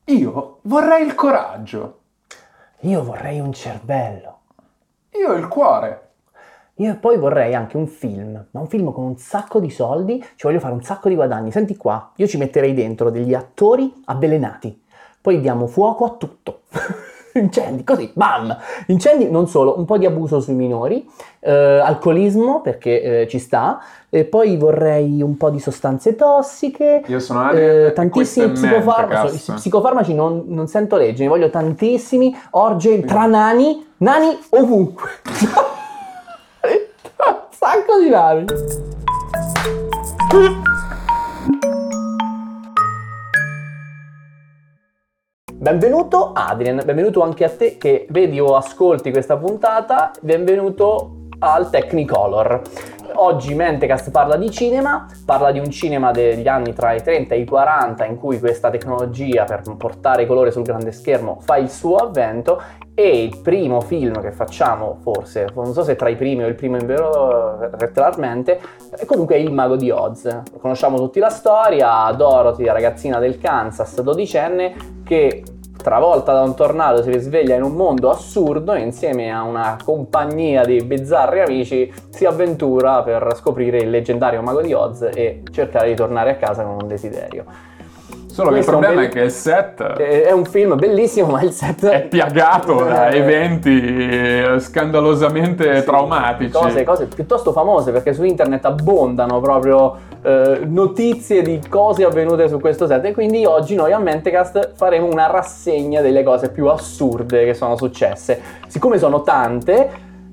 Io vorrei il coraggio. Io vorrei un cervello. Io il cuore. Io poi vorrei anche un film, ma un film con un sacco di soldi, ci voglio fare un sacco di guadagni. Senti qua, io ci metterei dentro degli attori avvelenati, poi diamo fuoco a tutto. Incendi, così, bam! Incendi, non solo, un po' di abuso sui minori, alcolismo, perché ci sta, e poi vorrei un po' di sostanze tossiche, Io sono Alien, tantissimi questo è psicofarmaci, Mentecast. psicofarmaci non sento legge, ne voglio tantissimi, orge tra nani ovunque. Un sacco di nani. Benvenuto Adrien, benvenuto anche a te che vedi o ascolti questa puntata, benvenuto al Technicolor. Oggi Mentecast parla di cinema, parla di un cinema degli anni tra i 30 e i 40 in cui questa tecnologia per portare colore sul grande schermo fa il suo avvento, e il primo film che facciamo, forse, non so se tra i primi o il primo in vero letteralmente, comunque è Il Mago di Oz. Conosciamo tutti la storia, Dorothy, la ragazzina del Kansas, dodicenne, che travolta da un tornado si risveglia in un mondo assurdo e insieme a una compagnia di bizzarri amici si avventura per scoprire il leggendario Mago di Oz e cercare di tornare a casa con un desiderio. Solo che il problema è che il set è un film bellissimo, ma il set è piagato da eventi scandalosamente traumatici. Cose piuttosto famose, perché su internet abbondano proprio notizie di cose avvenute su questo set, e quindi oggi noi a Mentecast faremo una rassegna delle cose più assurde che sono successe. Siccome sono tante,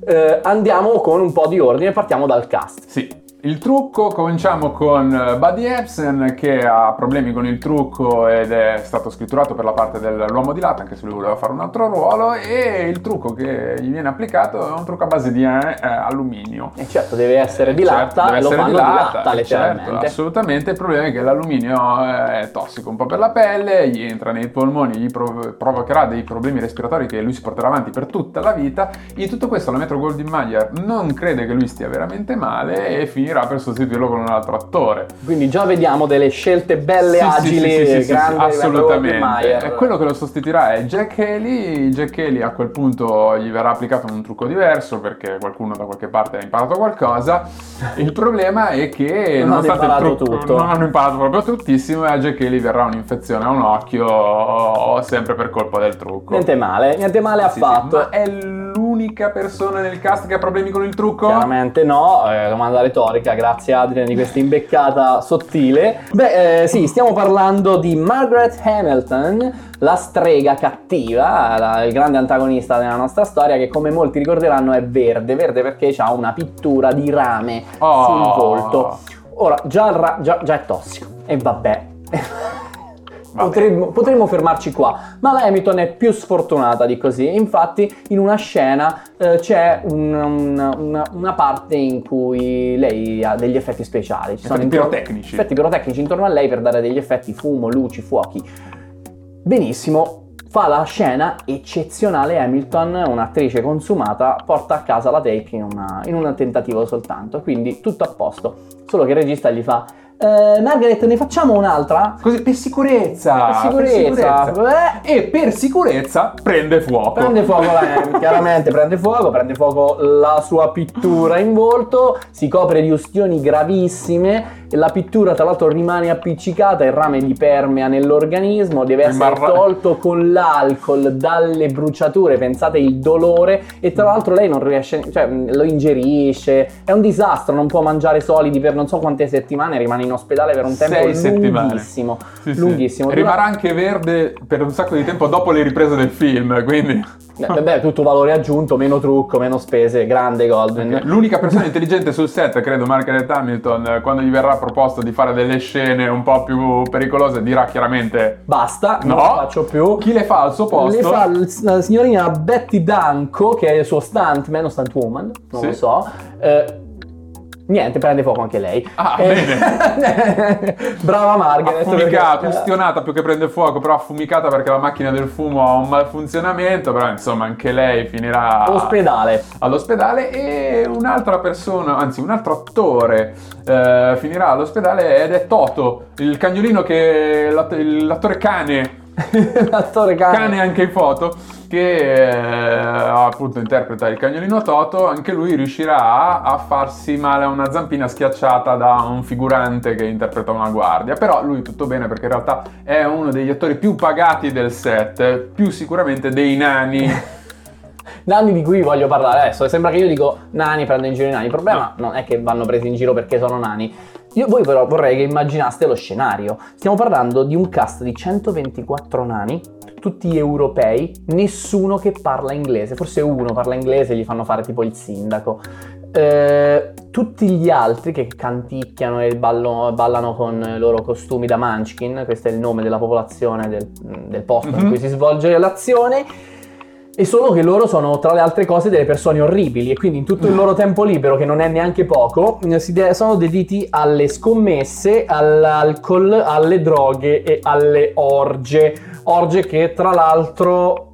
andiamo con un po' di ordine, partiamo dal cast. Sì. Il trucco, cominciamo con Buddy Ebsen, che ha problemi con il trucco ed è stato scritturato per la parte dell'uomo di latta, anche se lui voleva fare un altro ruolo, e il trucco che gli viene applicato è un trucco a base di alluminio. E certo, deve essere di latta, deve essere di latta letteralmente. Certo, assolutamente. Il problema è che l'alluminio è tossico un po' per la pelle, gli entra nei polmoni, gli provocherà dei problemi respiratori che lui si porterà avanti per tutta la vita. In tutto questo la Metro Goldwyn Mayer non crede che lui stia veramente male e finirà per sostituirlo con un altro attore. Quindi già vediamo delle scelte belle, agili, grandi, assolutamente. E quello che lo sostituirà è Jack Haley. Jack Haley a quel punto gli verrà applicato un trucco diverso perché qualcuno da qualche parte ha imparato qualcosa. Il problema è che nonostante il trucco non hanno imparato proprio tuttissimo, e a Jack Haley verrà un'infezione a un occhio sempre per colpa del trucco. Niente male affatto. Ma è l'unica persona nel cast che ha problemi con il trucco? Chiaramente no, domanda retorica, grazie Adrian di questa imbeccata sottile. Sì, stiamo parlando di Margaret Hamilton, la strega cattiva, il grande antagonista della nostra storia, che come molti ricorderanno è verde perché ha una pittura di rame sul volto. Ora, già è tossico, e vabbè. Potremmo fermarci qua, ma la Hamilton è più sfortunata di così. Infatti in una scena c'è una parte in cui lei ha degli effetti speciali, ci sono effetti pirotecnici intorno a lei per dare degli effetti, fumo, luci, fuochi. Benissimo, fa la scena eccezionale. Hamilton, un'attrice consumata, porta a casa la take in un tentativo soltanto, quindi tutto a posto, solo che il regista gli fa: Margaret, ne facciamo un'altra? Così, per sicurezza. E per sicurezza prende fuoco. Chiaramente prende fuoco la sua pittura in volto, si copre di ustioni gravissime, e la pittura tra l'altro rimane appiccicata, il rame gli permea nell'organismo, deve essere tolto con l'alcol dalle bruciature, pensate il dolore, e tra l'altro lei non riesce, cioè lo ingerisce, è un disastro, non può mangiare solidi per non so quante settimane, rimane in ospedale per un tempo 6 settimane. Lunghissimo. Rimarrà anche verde per un sacco di tempo dopo le riprese del film, quindi tutto valore aggiunto, meno trucco, meno spese, grande Goldwyn. Okay. L'unica persona intelligente sul set, credo Margaret Hamilton, quando gli verrà proposto di fare delle scene un po' più pericolose, dirà chiaramente: basta, non lo faccio più. Chi le fa al suo posto? Le fa la signorina Betty Danko, che è il suo stuntman o stuntwoman, non lo so. Niente, prende fuoco anche lei. Bene. Brava Margaret. Affumicata, ustionata più che prende fuoco, però affumicata perché la macchina del fumo ha un malfunzionamento, però insomma anche lei finirà all'ospedale, e un'altra persona, anzi un altro attore finirà all'ospedale, ed è Toto, il cagnolino che l'attore cane L'attore cane anche in foto, che appunto interpreta il cagnolino Toto. Anche lui riuscirà a farsi male a una zampina schiacciata da un figurante che interpreta una guardia, però lui tutto bene perché in realtà è uno degli attori più pagati del set, più sicuramente dei nani. Nani di cui voglio parlare adesso. Sembra che io dico nani, prendo in giro i nani. Il problema non è che vanno presi in giro perché sono nani. Voi però vorrei che immaginaste lo scenario. Stiamo parlando di un cast di 124 nani, tutti europei, nessuno che parla inglese. Forse uno parla inglese e gli fanno fare tipo il sindaco. Tutti gli altri che canticchiano e ballano con i loro costumi da Munchkin, questo è il nome della popolazione del posto in cui si svolge l'azione. E solo che loro sono, tra le altre cose, delle persone orribili, e quindi in tutto il loro tempo libero, che non è neanche poco, sono dediti alle scommesse, all'alcol, alle droghe e alle orge che tra l'altro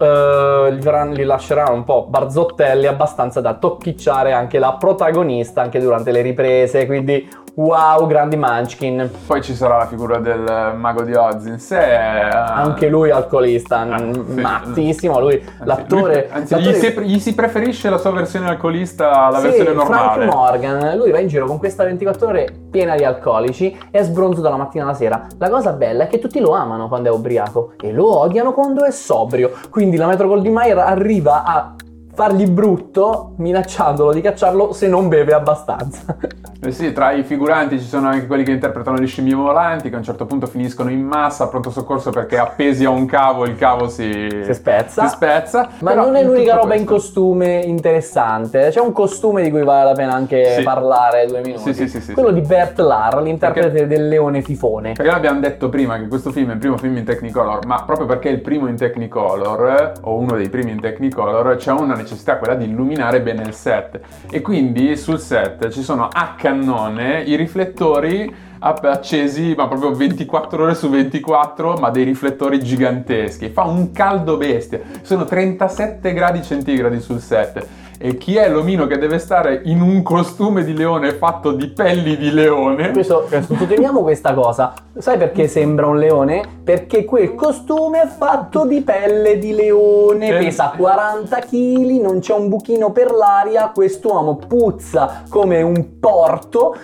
li lasceranno un po' barzottelli, abbastanza da tocchicciare anche la protagonista anche durante le riprese, quindi wow, grandi Munchkin. Poi ci sarà la figura del mago di Oz in sé, anche lui alcolista, mattissimo, lui l'attore, gli si preferisce la sua versione alcolista alla versione normale. Frank Morgan, lui va in giro con questa 24 ore piena di alcolici e è sbronzo dalla mattina alla sera. La cosa bella è che tutti lo amano quando è ubriaco e lo odiano quando è sobrio, quindi la Metro-Goldwyn-Mayer arriva a fargli brutto minacciandolo di cacciarlo se non beve abbastanza. Sì, tra i figuranti ci sono anche quelli che interpretano le scimmie volanti, che a un certo punto finiscono in massa a pronto soccorso perché appesi a un cavo il cavo si spezza. Ma però non è l'unica roba questo in costume interessante. C'è un costume di cui vale la pena anche parlare 2 minuti. Sì, quello di Bert Lahr, l'interprete del leone fifone. Perché l'abbiamo detto prima che questo film è il primo film in Technicolor, ma proprio perché è il primo in Technicolor, o uno dei primi in Technicolor, c'è una necessità, quella di illuminare bene il set. E quindi sul set ci sono a cannone i riflettori accesi, ma proprio 24 ore su 24, ma dei riflettori giganteschi. Fa un caldo bestia. Sono 37 gradi centigradi sul set. E chi è l'omino che deve stare in un costume di leone fatto di pelli di leone? Sottolineiamo questa cosa. Sai perché sembra un leone? Perché quel costume è fatto di pelle di leone, pesa 40 kg, non c'è un buchino per l'aria, quest'uomo puzza come un porto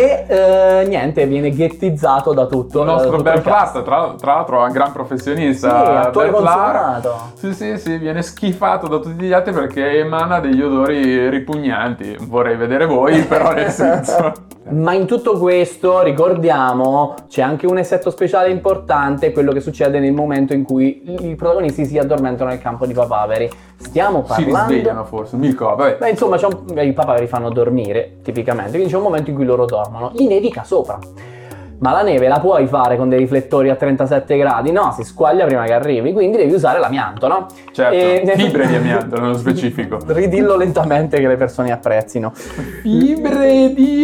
e niente, viene ghettizzato da tutto. Il nostro Bert Lahr, tra l'altro è un gran professionista. Sì, attore consumato. Sì, viene schifato da tutti gli altri perché emana degli odori ripugnanti. Vorrei vedere voi, però nel senso. Ma in tutto questo, ricordiamo, c'è anche un effetto speciale importante, quello che succede nel momento in cui i protagonisti si addormentano nel campo di papaveri. Stiamo parlando... Si risvegliano forse, mi ricordo, vabbè. Beh, insomma, i papaveri fanno dormire, tipicamente, quindi c'è un momento in cui loro dormono. Gli nevica sopra. Ma la neve la puoi fare con dei riflettori a 37 gradi? No, si squaglia prima che arrivi, quindi devi usare l'amianto, no? Certo, fibre di amianto nello specifico. Ridillo lentamente che le persone apprezzino. Fibre di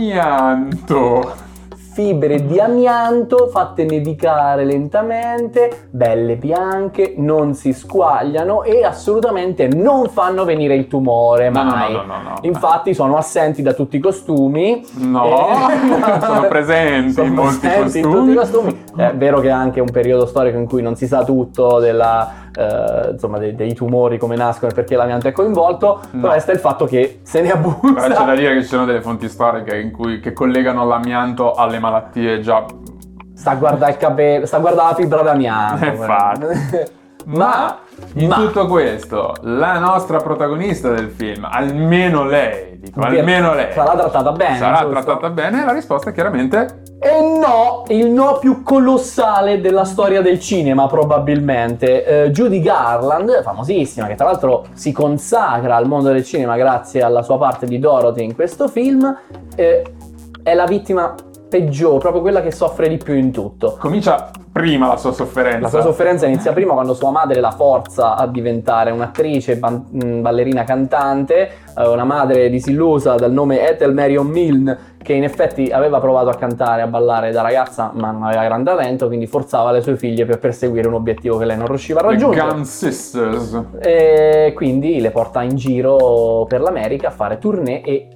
amianto. Fibre di amianto fatte nevicare lentamente, belle bianche, non si squagliano e assolutamente non fanno venire il tumore mai. No. Infatti sono assenti da tutti i costumi. Sono presenti in molti costumi. In tutti i costumi. È vero che è anche un periodo storico in cui non si sa tutto dei tumori, come nascono e perché l'amianto è coinvolto, però resta il fatto che se ne abusa. Però c'è da dire che ci sono delle fonti storiche che collegano l'amianto alle malattie già. Sta a guardare il capello, sta a guardare la fibra d'amianto. Ma in tutto questo, la nostra protagonista del film, almeno lei, sarà trattata bene. Trattata bene, la risposta è chiaramente e no, il no più colossale della storia del cinema probabilmente. Judy Garland, famosissima, che tra l'altro si consacra al mondo del cinema grazie alla sua parte di Dorothy in questo film, è la vittima peggiore, proprio quella che soffre di più in tutto. Comincia prima la sua sofferenza. La sua sofferenza inizia prima, quando sua madre la forza a diventare un'attrice, ballerina cantante, una madre disillusa dal nome Ethel Marion Milne, che in effetti aveva provato a cantare, a ballare da ragazza, ma non aveva gran talento, quindi forzava le sue figlie per perseguire un obiettivo che lei non riusciva a raggiungere. The Gun Sisters. E quindi le porta in giro per l'America a fare tournée e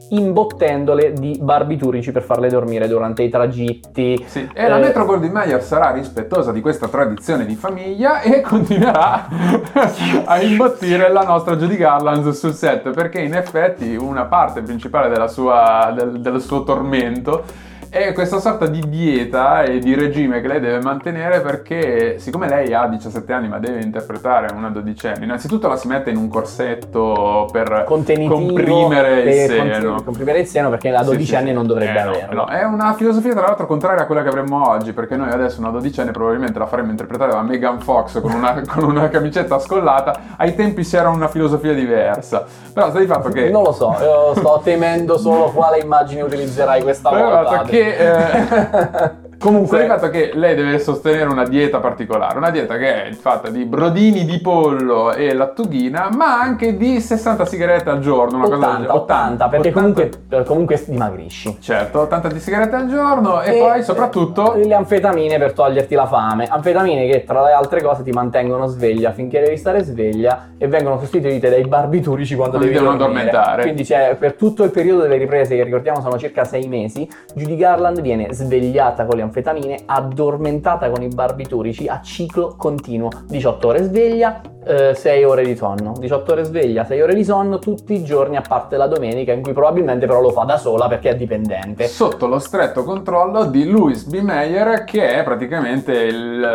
imbottendole di barbiturici per farle dormire durante i tragitti. Sì. E la Metro-Goldwyn-Mayer sarà rispettata rispettosa di questa tradizione di famiglia e continuerà a imbottire la nostra Judy Garland sul set, perché in effetti una parte principale del suo tormento è questa sorta di dieta e di regime che lei deve mantenere, perché siccome lei ha 17 anni ma deve interpretare una dodicenne, innanzitutto la si mette in un corsetto per comprimere il seno. Comprimere il seno, perché la dodicenne non dovrebbe averlo. No. È una filosofia tra l'altro contraria a quella che avremmo oggi, perché noi adesso una dodicenne probabilmente la faremmo interpretare da Megan Fox con una camicetta scollata. Ai tempi si era una filosofia diversa, però sta di fatto che... Non lo so, io sto temendo solo quale immagine utilizzerai questa volta. Comunque, il fatto che lei deve sostenere una dieta particolare, una dieta che è fatta di brodini di pollo e lattughina, ma anche di 60 sigarette al giorno, 80, perché 80. Comunque dimagrisci. Certo, 80 di sigarette al giorno e poi soprattutto le anfetamine per toglierti la fame, anfetamine che tra le altre cose ti mantengono sveglia finché devi stare sveglia e vengono sostituite dai barbiturici quando devi addormentare. Quindi per tutto il periodo delle riprese, che ricordiamo sono circa 6 mesi, Judy Garland viene svegliata con le anfetamine, addormentata con i barbiturici a ciclo continuo, 18 ore sveglia, 6 ore di sonno, 18 ore sveglia, 6 ore di sonno tutti i giorni, a parte la domenica in cui probabilmente però lo fa da sola perché è dipendente, sotto lo stretto controllo di Louis B. Mayer, che è praticamente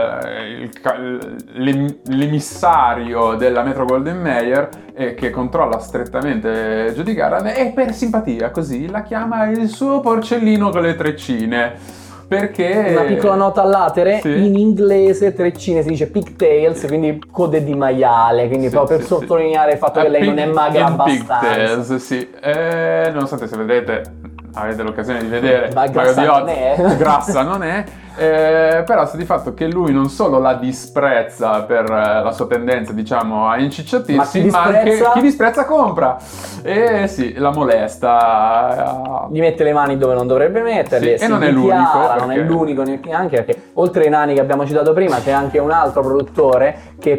l'emissario della Metro Goldwyn Mayer e che controlla strettamente Judy Garland, e per simpatia così la chiama il suo porcellino con le treccine. Perché una piccola nota all'atere, sì. In inglese treccine si dice pigtails, quindi code di maiale, quindi sì, proprio per sottolineare il fatto che lei non è magra abbastanza. Pigtails, sì. Nonostante, se avete l'occasione di vedere, ma grassa non è. Però sta di fatto che lui non solo la disprezza per la sua tendenza, diciamo, a incicciottirsi, ma anche chi disprezza compra. E sì, la molesta, gli mette le mani dove non dovrebbe metterle, sì, e non è l'unico, non è l'unico neanche, perché oltre ai nani che abbiamo citato prima c'è anche un altro produttore che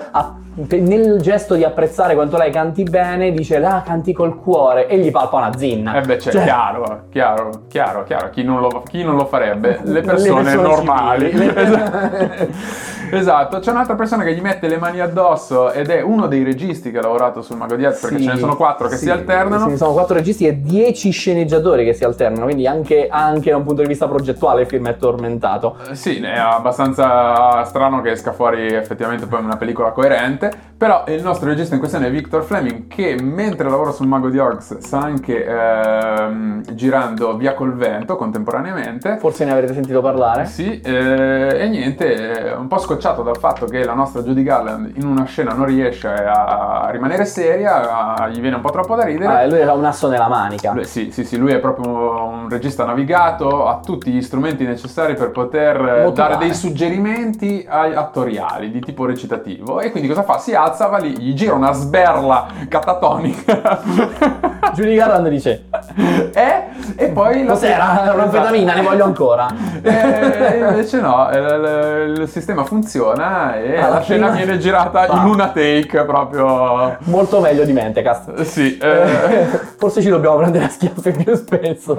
nel gesto di apprezzare quanto lei canti bene dice canti col cuore, e gli palpa una zinna. Chiaro, chi non lo farebbe? Le persone normali. Esatto, c'è un'altra persona che gli mette le mani addosso ed è uno dei registi che ha lavorato sul Mago di Oz, perché ce ne sono 4 che si alternano. Sì, sono 4 registi e 10 sceneggiatori che si alternano, quindi anche da un punto di vista progettuale il film è tormentato. Sì, è abbastanza strano che esca fuori effettivamente poi una pellicola coerente, però il nostro regista in questione è Victor Fleming, che mentre lavora sul Mago di Oz sta anche girando Via col Vento contemporaneamente. Forse ne avrete sentito parlare. Sì, e niente, un po' scocciato dal fatto che la nostra Judy Garland in una scena non riesce a rimanere seria, gli viene un po' troppo da ridere. Lui ha un asso nella manica. Sì, lui è proprio un regista navigato, ha tutti gli strumenti necessari per poter dare dei suggerimenti attoriali di tipo recitativo, e quindi cosa fa? Si alza, va lì, gli gira una sberla catatonica. Judy Garland dice e poi cos'era? Un'anfetamina, ne voglio ancora. Invece no, il sistema funziona e la scena viene girata in una take proprio molto meglio di Mentecast. Sì, forse ci dobbiamo prendere a schiaffi più spesso.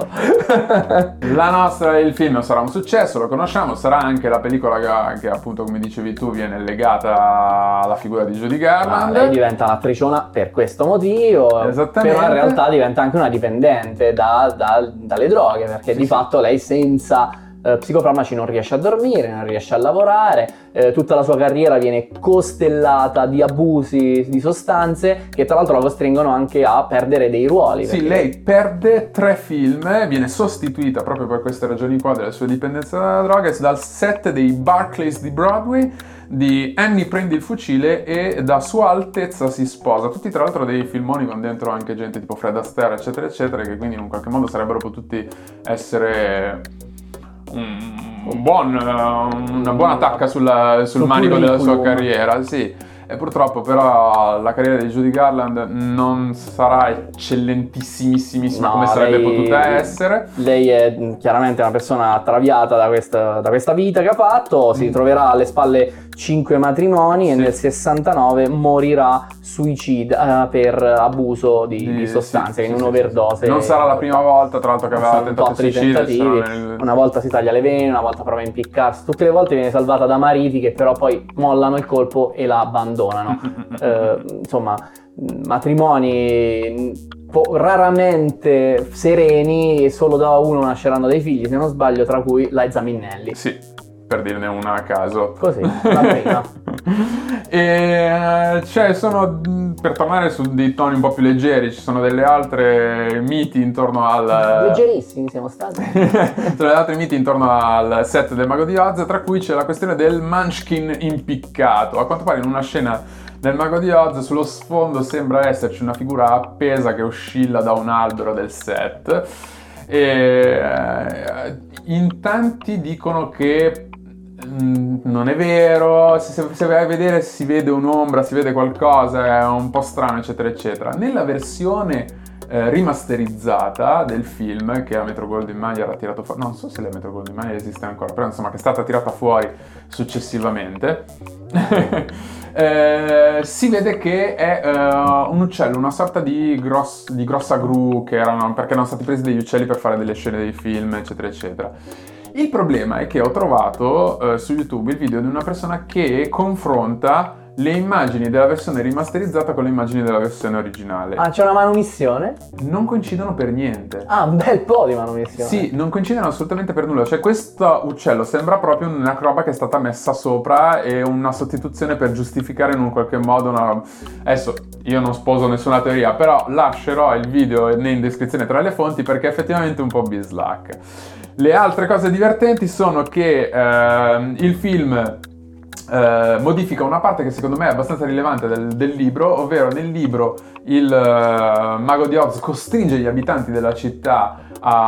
Il film sarà un successo, lo conosciamo, sarà anche la pellicola che appunto, come dicevi tu, viene legata alla figura di Judy Garland. Lei diventa un'attriciona per questo motivo. Esattamente. Però in realtà diventa anche una dipendente dalle droghe, perché di fatto lei senza psicofarmaci non riesce a dormire, non riesce a lavorare, tutta la sua carriera viene costellata di abusi di sostanze che tra l'altro la costringono anche a perdere dei ruoli. Sì, lei perde 3 film, viene sostituita proprio per queste ragioni qua della sua dipendenza dalla droga dal set dei Barclays di Broadway, di Annie prendi il fucile e Da Sua Altezza si sposa, tutti tra l'altro dei filmoni con dentro anche gente tipo Fred Astaire eccetera eccetera, che quindi in un qualche modo sarebbero potuti essere una buona tacca sul manico della sua carriera, sì. E purtroppo però la carriera di Judy Garland non sarà eccellentissimissimissima come sarebbe potuta essere. Lei è chiaramente una persona traviata da questa vita che ha fatto, si troverà alle spalle 5 matrimoni e nel 69 morirà per abuso di sostanze, in un'overdose. Non sarà la prima volta, tra l'altro, che aveva tentato il suicidio. Una volta si taglia le vene, una volta prova a impiccarsi, tutte le volte viene salvata da mariti che però poi mollano il colpo e la abbandonano. Insomma, matrimoni raramente sereni, e solo da uno nasceranno dei figli, se non sbaglio, tra cui Liza Minnelli. Sì, per dirne una a caso. Così, la prima. E per tornare su dei toni un po' più leggeri, ci sono delle altre miti intorno al... Leggerissimi siamo stati. Sono delle altre miti intorno al set del Mago di Oz, tra cui c'è la questione del Munchkin impiccato. A quanto pare in una scena del Mago di Oz sullo sfondo sembra esserci una figura appesa che oscilla da un albero del set. E in tanti dicono che non è vero, se vai a vedere si vede un'ombra, si vede qualcosa, è un po' strano, eccetera eccetera. Nella versione rimasterizzata del film, che la Metro-Goldwyn-Mayer ha tirato fuori, non so se la Metro-Goldwyn-Mayer esiste ancora, però insomma che è stata tirata fuori successivamente, si vede che è un uccello, una sorta di grossa gru, perché erano stati presi degli uccelli per fare delle scene dei film, eccetera eccetera. Il problema è che ho trovato su YouTube il video di una persona che confronta le immagini della versione rimasterizzata con le immagini della versione originale. Ah, c'è una manomissione? Non coincidono per niente. Ah, un bel po' di manomissione. Sì, non coincidono assolutamente per nulla. Cioè, questo uccello sembra proprio una roba che è stata messa sopra e una sostituzione per giustificare in un qualche modo una... Adesso, io non sposo nessuna teoria, però lascerò il video in descrizione tra le fonti perché è effettivamente un po' bislacca. Le altre cose divertenti sono che il film modifica una parte che secondo me è abbastanza rilevante del libro, ovvero nel libro il Mago di Oz costringe gli abitanti della città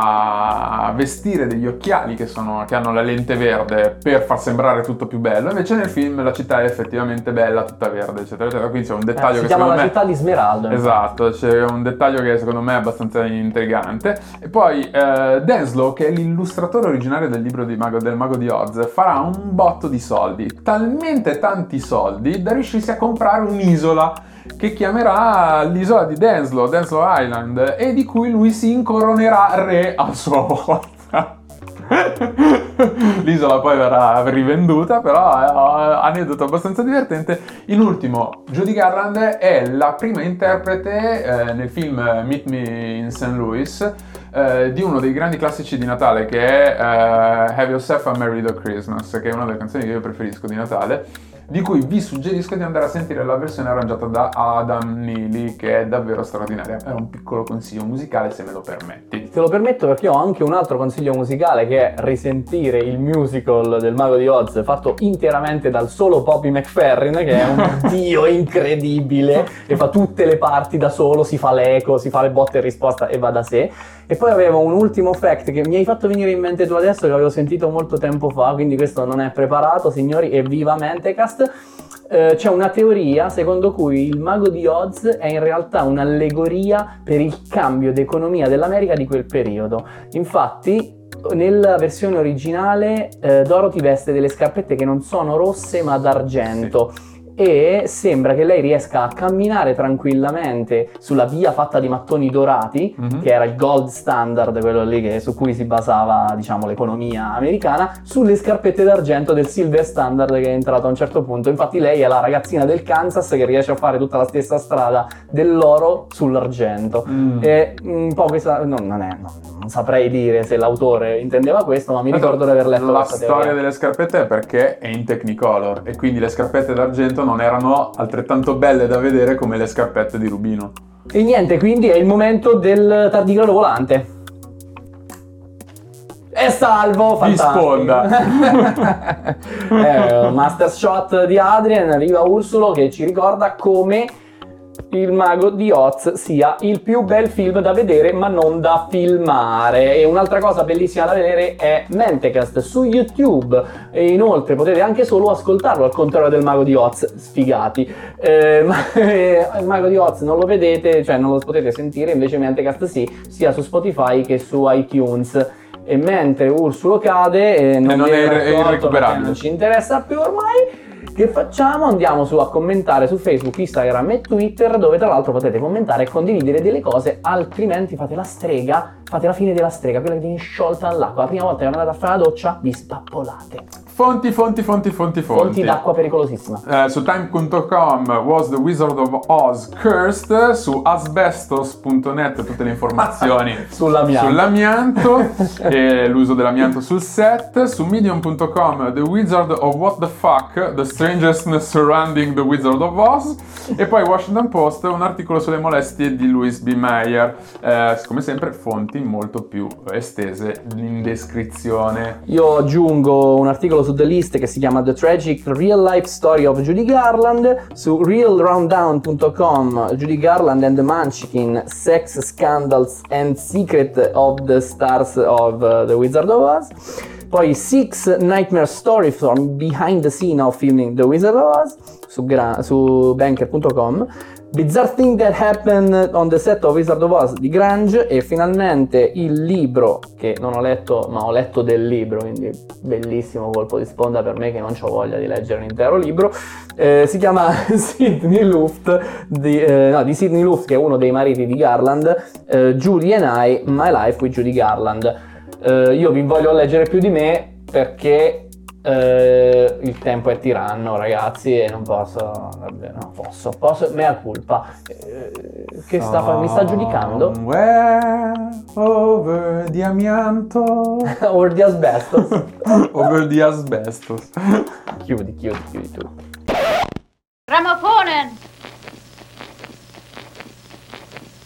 a vestire degli occhiali che hanno la lente verde per far sembrare tutto più bello, invece nel film la città è effettivamente bella, tutta verde, eccetera, eccetera. Quindi c'è un dettaglio che secondo me... Si chiama la città di Smeraldo. Esatto, c'è un dettaglio che secondo me è abbastanza intrigante. E poi Denslow, che è l'illustratore originario del libro del Mago di Oz, farà un botto di soldi, talmente tanti soldi da riuscirsi a comprare un'isola che chiamerà l'isola di Denslow Island, e di cui lui si incoronerà re a sua volta. L'isola poi verrà rivenduta, però è un aneddoto abbastanza divertente. In ultimo, Judy Garland è la prima interprete nel film Meet Me in St. Louis di uno dei grandi classici di Natale, che è Have Yourself a Merry Little Christmas, che è una delle canzoni che io preferisco di Natale, di cui vi suggerisco di andare a sentire la versione arrangiata da Adam Neely, che è davvero straordinaria. È un piccolo consiglio musicale, se me lo permetti. Te lo permetto perché ho anche un altro consiglio musicale, che è risentire il musical del Mago di Oz fatto interamente dal solo Bobby McFerrin, che è un dio incredibile, che fa tutte le parti da solo, si fa l'eco, si fa le botte e risposta e va da sé. E poi avevo un ultimo fact che mi hai fatto venire in mente tu adesso, che avevo sentito molto tempo fa, quindi questo non è preparato, signori, evviva Mentecast. C'è una teoria secondo cui il Mago di Oz è in realtà un'allegoria per il cambio d'economia dell'America di quel periodo. Infatti, nella versione originale Dorothy veste delle scarpette che non sono rosse ma d'argento. Sì. E sembra che lei riesca a camminare tranquillamente sulla via fatta di mattoni dorati, che era il gold standard, quello lì su cui si basava, diciamo, l'economia americana, sulle scarpette d'argento del silver standard, che è entrato a un certo punto. Infatti lei è la ragazzina del Kansas che riesce a fare tutta la stessa strada dell'oro sull'argento. E un po' questa non saprei dire se l'autore intendeva questo, ma mi ricordo di aver letto la storia delle scarpette è perché è in Technicolor e quindi le scarpette d'argento non erano altrettanto belle da vedere come le scarpette di rubino. E niente, quindi è il momento del tardigrado volante. È salvo, fantastico. Di sponda. Master shot di Adrian, arriva Ursulo che ci ricorda come il Mago di Oz sia il più bel film da vedere ma non da filmare. E un'altra cosa bellissima da vedere è Mentecast su YouTube, e inoltre potete anche solo ascoltarlo, al contrario del Mago di Oz, sfigati. Il Mago di Oz non lo vedete, cioè non lo potete sentire, invece Mentecast sì, sia su Spotify che su iTunes. E mentre Ursulo cade non è irrecuperabile, non ci interessa più ormai. Che facciamo? Andiamo a commentare su Facebook, Instagram e Twitter, dove tra l'altro potete commentare e condividere delle cose, altrimenti fate la fine della strega, quella che viene sciolta all'acqua. La prima volta che andate a fare la doccia, vi spappolate. Fonti. Fonti d'acqua pericolosissima. Su time.com was the Wizard of Oz cursed, su asbestos.net tutte le informazioni sull'amianto e l'uso dell'amianto sul set, su medium.com the Wizard of What the Fuck, the strangest surrounding the Wizard of Oz, e poi Washington Post, un articolo sulle molestie di Louis B. Mayer. Come sempre fonti molto più estese in descrizione. Io aggiungo un articolo su The List che si chiama The Tragic Real Life Story of Judy Garland, su realrundown.com Judy Garland and the Munchkin, Sex Scandals and Secret of the Stars of The Wizard of Oz. Poi 6 Nightmare Story from Behind the Scene of Filming The Wizard of Oz su banker.com, Bizarre Thing That Happened on the Set of Wizard of Oz di Grange, e finalmente il libro che non ho letto, ma ho letto del libro, quindi bellissimo colpo di sponda per me che non ho voglia di leggere un intero libro. Si chiama Sidney Luft di Sidney Luft, che è uno dei mariti di Garland, Judy and I, My Life with Judy Garland. Io vi voglio leggere più di me perché il tempo è tiranno, ragazzi, e non posso, mea culpa. Mi sta giudicando? Over the amianto. Over the asbestos. Over the asbestos. Chiudi tutto.